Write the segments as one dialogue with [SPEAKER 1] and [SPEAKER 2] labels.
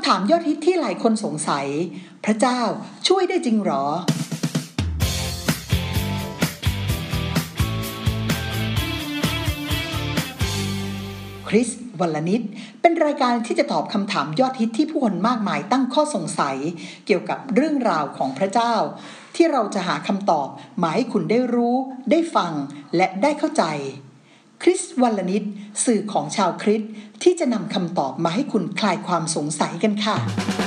[SPEAKER 1] ำถามยอดฮิตที่หลายคนสงสัยพระเจ้าช่วยได้จริงหรอคริสวลนิชเป็นรายการที่จะตอบคำถามยอดฮิตที่ผู้คนมากมายตั้งข้อสงสัยเกี่ยวกับเรื่องราวของพระเจ้าที่เราจะหาคำตอบมาให้คุณได้รู้ได้ฟังและได้เข้าใจคริสวลนิชสื่อของชาวคริสต์ที่จะนำคำตอบมาให้คุณคลายความสงสัยกันค่ะ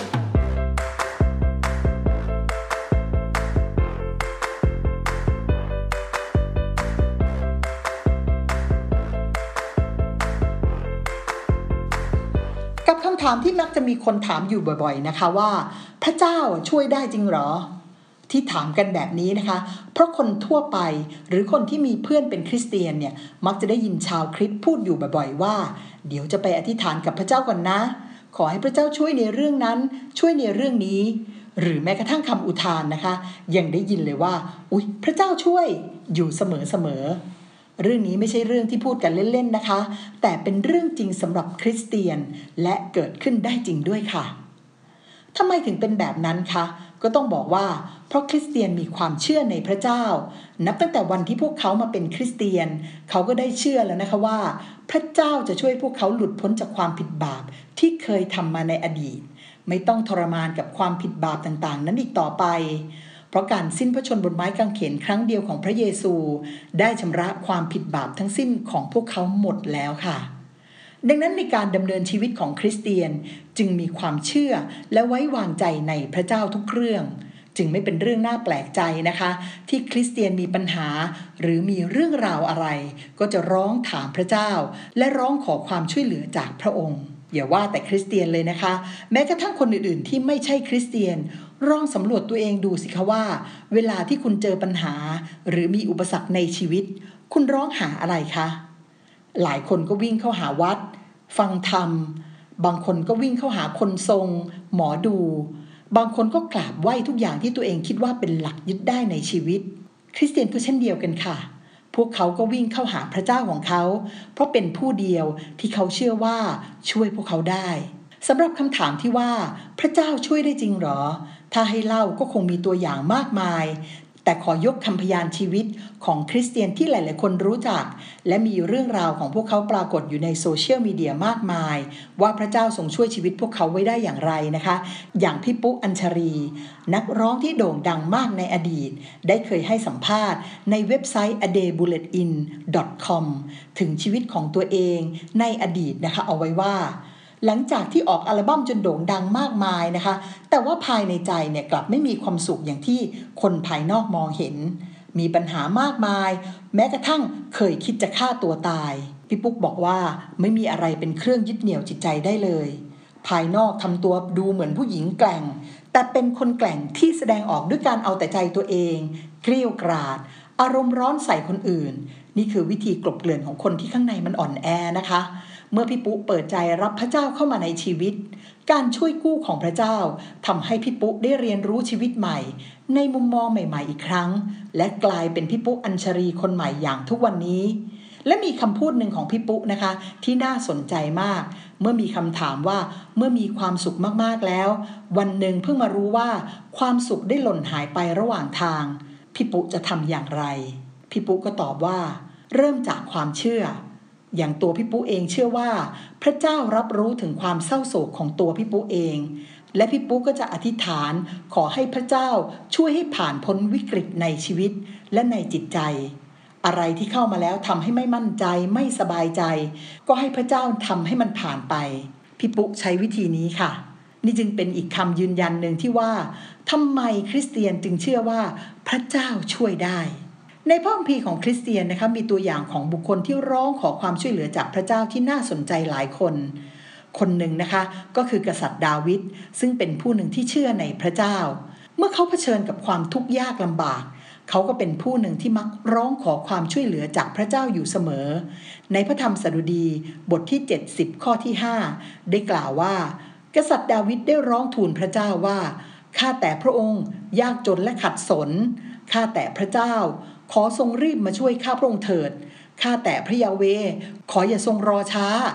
[SPEAKER 1] กับคำถามที่มักจะมีคนถามอยู่บ่อยๆนะคะว่าพระเจ้าช่วยได้จริงหรอที่ถามกันแบบนี้นะคะเพราะคนทั่วไปหรือคนที่มีเพื่อนเป็นคริสเตียนเนี่ยมักจะได้ยินชาวคริสต์พูดอยู่บ่อยๆว่าเดี๋ยวจะไปอธิษฐานกับพระเจ้าก่อนนะขอให้พระเจ้าช่วยในเรื่องนั้นช่วยในเรื่องนี้หรือแม้กระทั่งคำอุทานนะคะยังได้ยินเลยว่าอุ๊ยพระเจ้าช่วยอยู่เสมอๆเรื่องนี้ไม่ใช่เรื่องที่พูดกันเล่นๆนะคะแต่เป็นเรื่องจริงสำหรับคริสเตียนและเกิดขึ้นได้จริงด้วยค่ะทำไมถึงเป็นแบบนั้นคะก็ต้องบอกว่าเพราะคริสเตียนมีความเชื่อในพระเจ้านับตั้งแต่วันที่พวกเขามาเป็นคริสเตียนเขาก็ได้เชื่อแล้วนะคะว่าพระเจ้าจะช่วยพวกเขาหลุดพ้นจากความผิดบาปที่เคยทำมาในอดีตไม่ต้องทรมานกับความผิดบาปต่างๆนั้นอีกต่อไปเพราะการสิ้นพระชนม์บนไม้กางเขนครั้งเดียวของพระเยซูได้ชำระความผิดบาปทั้งสิ้นของพวกเขาหมดแล้วค่ะดังนั้นในการดำเนินชีวิตของคริสเตียนจึงมีความเชื่อและไว้วางใจในพระเจ้าทุกเรื่องจึงไม่เป็นเรื่องน่าแปลกใจนะคะที่คริสเตียนมีปัญหาหรือมีเรื่องราวอะไรก็จะร้องถามพระเจ้าและร้องขอความช่วยเหลือจากพระองค์อย่าว่าแต่คริสเตียนเลยนะคะแม้กระทั่งคนอื่นๆที่ไม่ใช่คริสเตียนลองสำรวจตัวเองดูสิคะว่าเวลาที่คุณเจอปัญหาหรือมีอุปสรรคในชีวิตคุณร้องหาอะไรคะหลายคนก็วิ่งเข้าหาวัดฟังธรรมบางคนก็วิ่งเข้าหาคนทรงหมอดูบางคนก็กราบไหว้ทุกอย่างที่ตัวเองคิดว่าเป็นหลักยึดได้ในชีวิตคริสเตียนก็เช่นเดียวกันค่ะพวกเขาก็วิ่งเข้าหาพระเจ้าของเขาเพราะเป็นผู้เดียวที่เขาเชื่อว่าช่วยพวกเขาได้สำหรับคำถามที่ว่าพระเจ้าช่วยได้จริงหรอถ้าให้เล่าก็คงมีตัวอย่างมากมายแต่ขอยกคำพยานชีวิตของคริสเตียนที่หลายๆคนรู้จักและมีเรื่องราวของพวกเขาปรากฏอยู่ในโซเชียลมีเดียมากมายว่าพระเจ้าทรงช่วยชีวิตพวกเขาไว้ได้อย่างไรนะคะอย่างพี่ปุ๊อัญชรีนักร้องที่โด่งดังมากในอดีตได้เคยให้สัมภาษณ์ในเว็บไซต์ adayBulletin.com ถึงชีวิตของตัวเองในอดีตนะคะเอาไว้ว่าหลังจากที่ออกอัลบั้มจนโด่งดังมากมายนะคะแต่ว่าภายในใจเนี่ยกลับไม่มีความสุขอย่างที่คนภายนอกมองเห็นมีปัญหามากมายแม้กระทั่งเคยคิดจะฆ่าตัวตายพี่ปุ๊กบอกว่าไม่มีอะไรเป็นเครื่องยึดเหนี่ยวจิตใจได้เลยภายนอกทำตัวดูเหมือนผู้หญิงแกร่งแต่เป็นคนแกร่งที่แสดงออกด้วยการเอาแต่ใจตัวเองเกรี้ยวกราดอารมณ์ร้อนใส่คนอื่นนี่คือวิธีกลบเกลื่อนของคนที่ข้างในมันอ่อนแอนะคะเมื่อพี่ปุ๊เปิดใจรับพระเจ้าเข้ามาในชีวิตการช่วยกู้ของพระเจ้าทำให้พี่ปุ๊ได้เรียนรู้ชีวิตใหม่ในมุมมองใหม่ๆอีกครั้งและกลายเป็นพี่ปุ๊อัญชรีคนใหม่อย่างทุกวันนี้และมีคำพูดหนึ่งของพี่ปุ๊นะคะที่น่าสนใจมากเมื่อมีคำถามว่าเมื่อมีความสุขมากๆแล้ววันหนึ่งเพิ่งมารู้ว่าความสุขได้หล่นหายไประหว่างทางพี่ปุ๊จะทำอย่างไรพี่ปุ๊ก็ตอบว่าเริ่มจากความเชื่ออย่างตัวพี่ปุ๊เองเชื่อว่าพระเจ้ารับรู้ถึงความเศร้าโศกของตัวพี่ปุ๊เองและพี่ปุ๊ก็จะอธิษฐานขอให้พระเจ้าช่วยให้ผ่านพ้นวิกฤตในชีวิตและในจิตใจอะไรที่เข้ามาแล้วทำให้ไม่มั่นใจไม่สบายใจก็ให้พระเจ้าทำให้มันผ่านไปพี่ปุ๊ใช้วิธีนี้ค่ะนี่จึงเป็นอีกคำยืนยันหนึ่งที่ว่าทำไมคริสเตียนจึงเชื่อว่าพระเจ้าช่วยได้ในพระคัมภีร์ของคริสเตียนนะคะมีตัวอย่างของบุคคลที่ร้องขอความช่วยเหลือจากพระเจ้าที่น่าสนใจหลายคนคนหนึ่งนะคะก็คือกษัตริย์ดาวิดซึ่งเป็นผู้หนึ่งที่เชื่อในพระเจ้าเมื่อเขาเผชิญกับความทุกข์ยากลำบากเขาก็เป็นผู้หนึ่งที่มักร้องขอความช่วยเหลือจากพระเจ้าอยู่เสมอในพระธรรมสดุดีบทที่70ข้อที่5ได้กล่าวว่ากษัตริย์ดาวิดได้ร้องทูลพระเจ้าว่าข้าแต่พระองค์ยากจนและขัดสนข้าแต่พระเจ้าขอทรงรีบมาช่วยข้าพระองค์เถิดข้าแต่พระยาเวห์ขออย่าทรงรอช้าพระ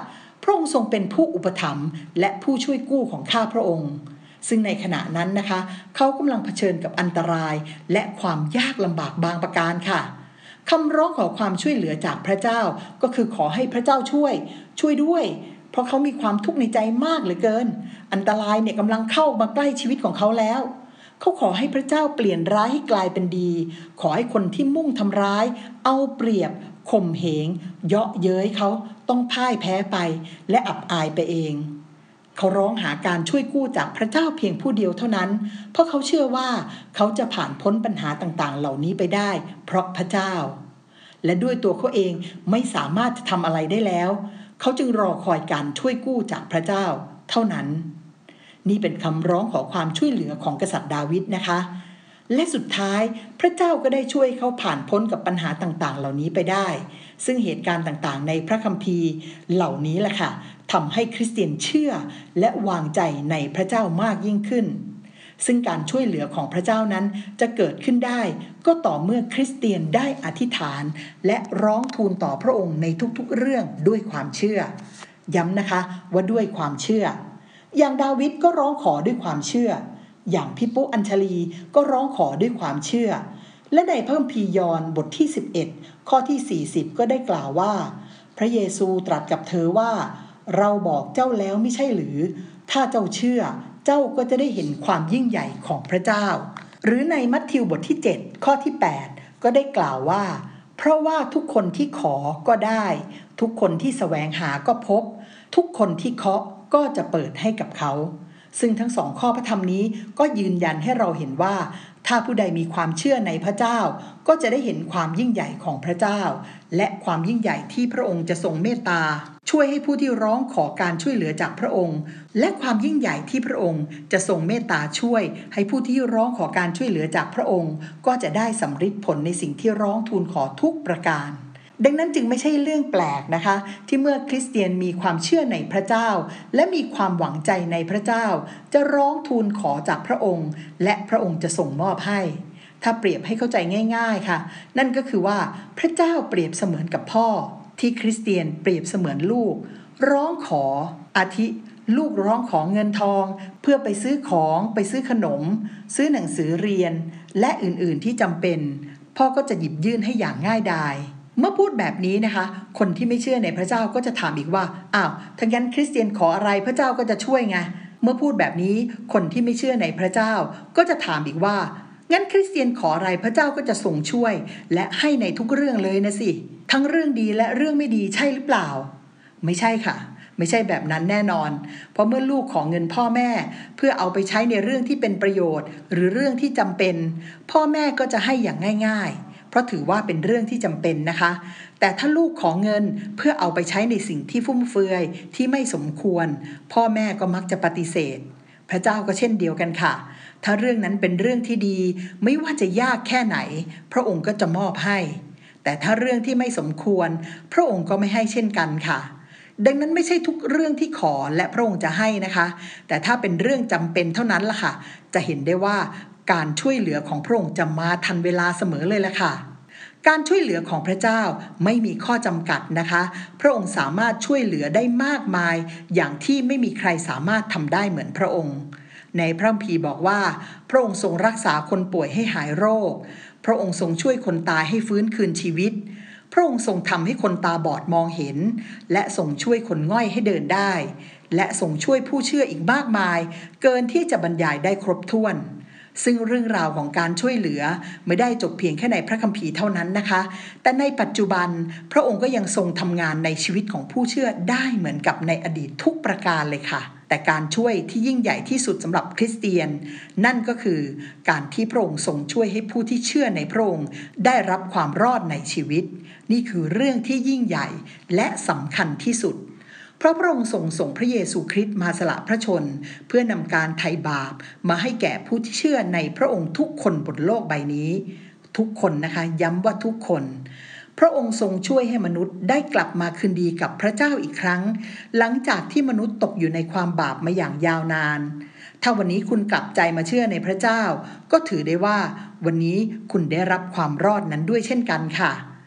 [SPEAKER 1] ระองค์ทรงเป็นผู้อุปถัมภ์และผู้ช่วยกู้ของข้าพระองค์ซึ่งในขณะนั้นนะคะเขากำลังเผชิญกับอันตรายและความยากลำบากบางประการค่ะคำร้องขอความช่วยเหลือจากพระเจ้าก็คือขอให้พระเจ้าช่วยด้วยเพราะเขามีความทุกข์ในใจมากเหลือเกินอันตรายเนี่ยกำลังเข้ามาใกล้ชีวิตของเขาแล้วเขาขอให้พระเจ้าเปลี่ยนร้ายให้กลายเป็นดีขอให้คนที่มุ่งทำร้ายเอาเปรียบข่มเหงเยาะเย้ยเขาต้องพ่ายแพ้ไปและอับอายไปเองเขาร้องหาการช่วยกู้จากพระเจ้าเพียงผู้เดียวเท่านั้นเพราะเขาเชื่อว่าเขาจะผ่านพ้นปัญหาต่างๆเหล่านี้ไปได้เพราะพระเจ้าและด้วยตัวเขาเองไม่สามารถจะทำอะไรได้แล้วเขาจึงรอคอยการช่วยกู้จากพระเจ้าเท่านั้นนี่เป็นคำร้องขอความช่วยเหลือของกษัตริย์ดาวิดนะคะและสุดท้ายพระเจ้าก็ได้ช่วยเขาผ่านพ้นกับปัญหาต่างๆเหล่านี้ไปได้ซึ่งเหตุการณ์ต่างๆในพระคัมภีร์เหล่านี้แหละค่ะทำให้คริสเตียนเชื่อและวางใจในพระเจ้ามากยิ่งขึ้นซึ่งการช่วยเหลือของพระเจ้านั้นจะเกิดขึ้นได้ก็ต่อเมื่อคริสเตียนได้อธิษฐานและร้องทูลต่อพระองค์ในทุกๆเรื่องด้วยความเชื่อย้ำนะคะว่าด้วยความเชื่ออย่างดาวิดก็ร้องขอด้วยความเชื่ออย่างพี่ปุ๊อัญชลีก็ร้องขอด้วยความเชื่อและในพระคัมภีร์ยอห์นบทที่11ข้อที่40ก็ได้กล่าวว่าพระเยซูตรัสกับเธอว่าเราบอกเจ้าแล้วไม่ใช่หรือถ้าเจ้าเชื่อเจ้าก็จะได้เห็นความยิ่งใหญ่ของพระเจ้าหรือในมัทธิวบทที่7ข้อที่8ก็ได้กล่าวว่าเพราะว่าทุกคนที่ขอก็ได้ทุกคนที่แสวงหาก็พบทุกคนที่เคาะก็จะเปิดให้กับเขาซึ่งทั้งสองข้อพระธรรมนี้ก็ยืนยันให้เราเห็นว่าถ้าผู้ใดมีความเชื่อในพระเจ้าก็จะได้เห็นความยิ่งใหญ่ของพระเจ้าและความยิ่งใหญ่ที่พระองค์จะทรงเมตตาช่วยให้ผู้ที่ร้องขอการช่วยเหลือจากพระองค์และความยิ่งใหญ่ที่พระองค์จะทรงเมตตาช่วยให้ผู้ที่ร้องขอการช่วยเหลือจากพระองค์ก็จะได้สำฤทธิ์ผลในสิ่งที่ร้องทูลขอทุกประการดังนั้นจึงไม่ใช่เรื่องแปลกนะคะที่เมื่อคริสเตียนมีความเชื่อในพระเจ้าและมีความหวังใจในพระเจ้าจะร้องทูลขอจากพระองค์และพระองค์จะส่งมอบให้ถ้าเปรียบให้เข้าใจง่ายๆค่ะนั่นก็คือว่าพระเจ้าเปรียบเสมือนกับพ่อที่คริสเตียนเปรียบเสมือนลูกร้องขออาทิลูกร้องขอเงินทองเพื่อไปซื้อของไปซื้อขนมซื้อหนังสือเรียนและอื่นๆที่จำเป็นพ่อก็จะหยิบยื่นให้อย่างง่ายดายเมื่อพูดแบบนี้นะคะคนที่ไม่เชื่อในพระเจ้าก็จะถามอีกว่าอ้าวถ้างั้นคริสเตียนขออะไรพระเจ้าก็จะช่วยไงเมื่อพูดแบบนี้คนที่ไม่เชื่อในพระเจ้าก็จะถามอีกว่างั้นคริสเตียนขออะไรพระเจ้าก็จะทรงช่วยและให้ในทุกเรื่องเลยนะสิทั้งเรื่องดีและเรื่องไม่ดีใช่หรือเปล่าไม่ใช่ค่ะไม่ใช่แบบนั้นแน่นอนเพราะเมื่อลูกขอเงินพ่อแม่เพื่อเอาไปใช้ในเรื่องที่เป็นประโยชน์หรือเรื่องที่จำเป็นพ่อแม่ก็จะให้อย่างง่ายๆเพราะถือว่าเป็นเรื่องที่จำเป็นนะคะแต่ถ้าลูกขอเงินเพื่อเอาไปใช้ในสิ่งที่ฟุ่มเฟือยที่ไม่สมควรพ่อแม่ก็มักจะปฏิเสธพระเจ้าก็เช่นเดียวกันค่ะถ้าเรื่องนั้นเป็นเรื่องที่ดีไม่ว่าจะยากแค่ไหนพระองค์ก็จะมอบให้แต่ถ้าเรื่องที่ไม่สมควรพระองค์ก็ไม่ให้เช่นกันค่ะดังนั้นไม่ใช่ทุกเรื่องที่ขอและพระองค์จะให้นะคะแต่ถ้าเป็นเรื่องจำเป็นเท่านั้นล่ะค่ะจะเห็นได้ว่าการช่วยเหลือของพระองค์จะมาทันเวลาเสมอเลยล่ะค่ะการช่วยเหลือของพระเจ้าไม่มีข้อจำกัดนะคะพระองค์สามารถช่วยเหลือได้มากมายอย่างที่ไม่มีใครสามารถทำได้เหมือนพระองค์ในพระคัมภีร์บอกว่าพระองค์ทรงรักษาคนป่วยให้หายโรคพระองค์ทรงช่วยคนตายให้ฟื้นคืนชีวิตพระองค์ทรงทำให้คนตาบอดมองเห็นและทรงช่วยคนง่อยให้เดินได้และทรงช่วยผู้เชื่ออีกมากมายเกินที่จะบรรยายได้ครบถ้วนซึ่งเรื่องราวของการช่วยเหลือไม่ได้จบเพียงแค่ในพระคัมภีร์เท่านั้นนะคะแต่ในปัจจุบันพระองค์ก็ยังทรงทำงานในชีวิตของผู้เชื่อได้เหมือนกับในอดีตทุกประการเลยค่ะแต่การช่วยที่ยิ่งใหญ่ที่สุดสำหรับคริสเตียนนั่นก็คือการที่พระองค์ทรงช่วยให้ผู้ที่เชื่อในพระองค์ได้รับความรอดในชีวิตนี่คือเรื่องที่ยิ่งใหญ่และสำคัญที่สุดเพราะพระองค์ทรงส่งพระเยซูคริสต์มาสละพระชนเพื่อนำการไถ่บาปมาให้แก่ผู้ที่เชื่อในพระองค์ทุกคนบนโลกใบนี้ทุกคนนะคะย้ำว่าทุกคนพระองค์ทรงช่วยให้มนุษย์ได้กลับมาคืนดีกับพระเจ้าอีกครั้งหลังจากที่มนุษย์ตกอยู่ในความบาปมาอย่างยาวนานถ้าวันนี้คุณกลับใจมาเชื่อในพระเจ้าก็ถือได้ว่าวันนี้คุณได้รับความรอดนั้นด้วยเช่นกันค่ะ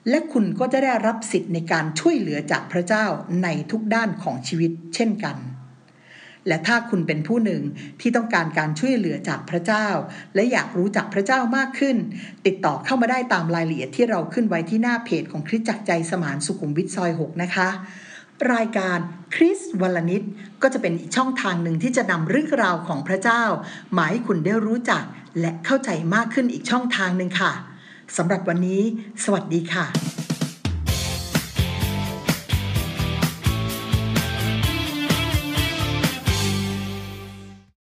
[SPEAKER 1] และคุณก็จะได้รับสิทธิ์ในการช่วยเหลือจากพระเจ้าในทุกด้านของชีวิตเช่นกันและถ้าคุณเป็นผู้หนึ่งที่ต้องการการช่วยเหลือจากพระเจ้าและอยากรู้จักพระเจ้ามากขึ้นติดต่อเข้ามาได้ตามรายละเอียดที่เราขึ้นไว้ที่หน้าเพจของคริสตจักรใจสมานสุขุมวิทซอย 6นะคะรายการคริสวันละนิดก็จะเป็นอีกช่องทางหนึ่งที่จะนำเรื่องราวของพระเจ้ามาให้คุณได้รู้จักและเข้าใจมากขึ้นอีกช่องทางหนึ่งค่ะสำหรับวันนี้สวัสดีค่ะ